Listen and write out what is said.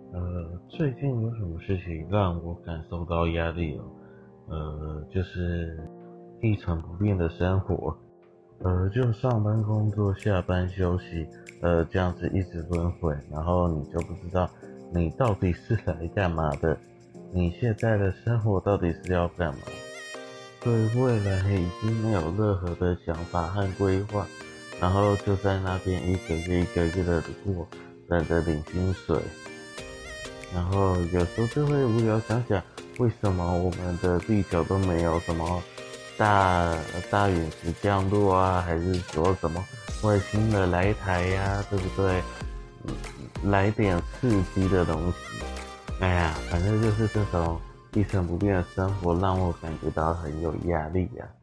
最近有什么事情让我感受到压力哦？就是一成不变的生活，就上班、工作、下班、休息，这样子一直轮回，然后你就不知道你到底是来干嘛的，你现在的生活到底是要干嘛？对未来已经没有任何的想法和规划，然后就在那边一个月一个月的过，等着领薪水。然后有时候就会无聊想想，为什么我们的地球都没有什么大大陨石降落啊，还是说什么外星的来台呀、对不对？来点刺激的东西。哎呀，反正就是这种一成不变的生活，让我感觉到很有压力呀、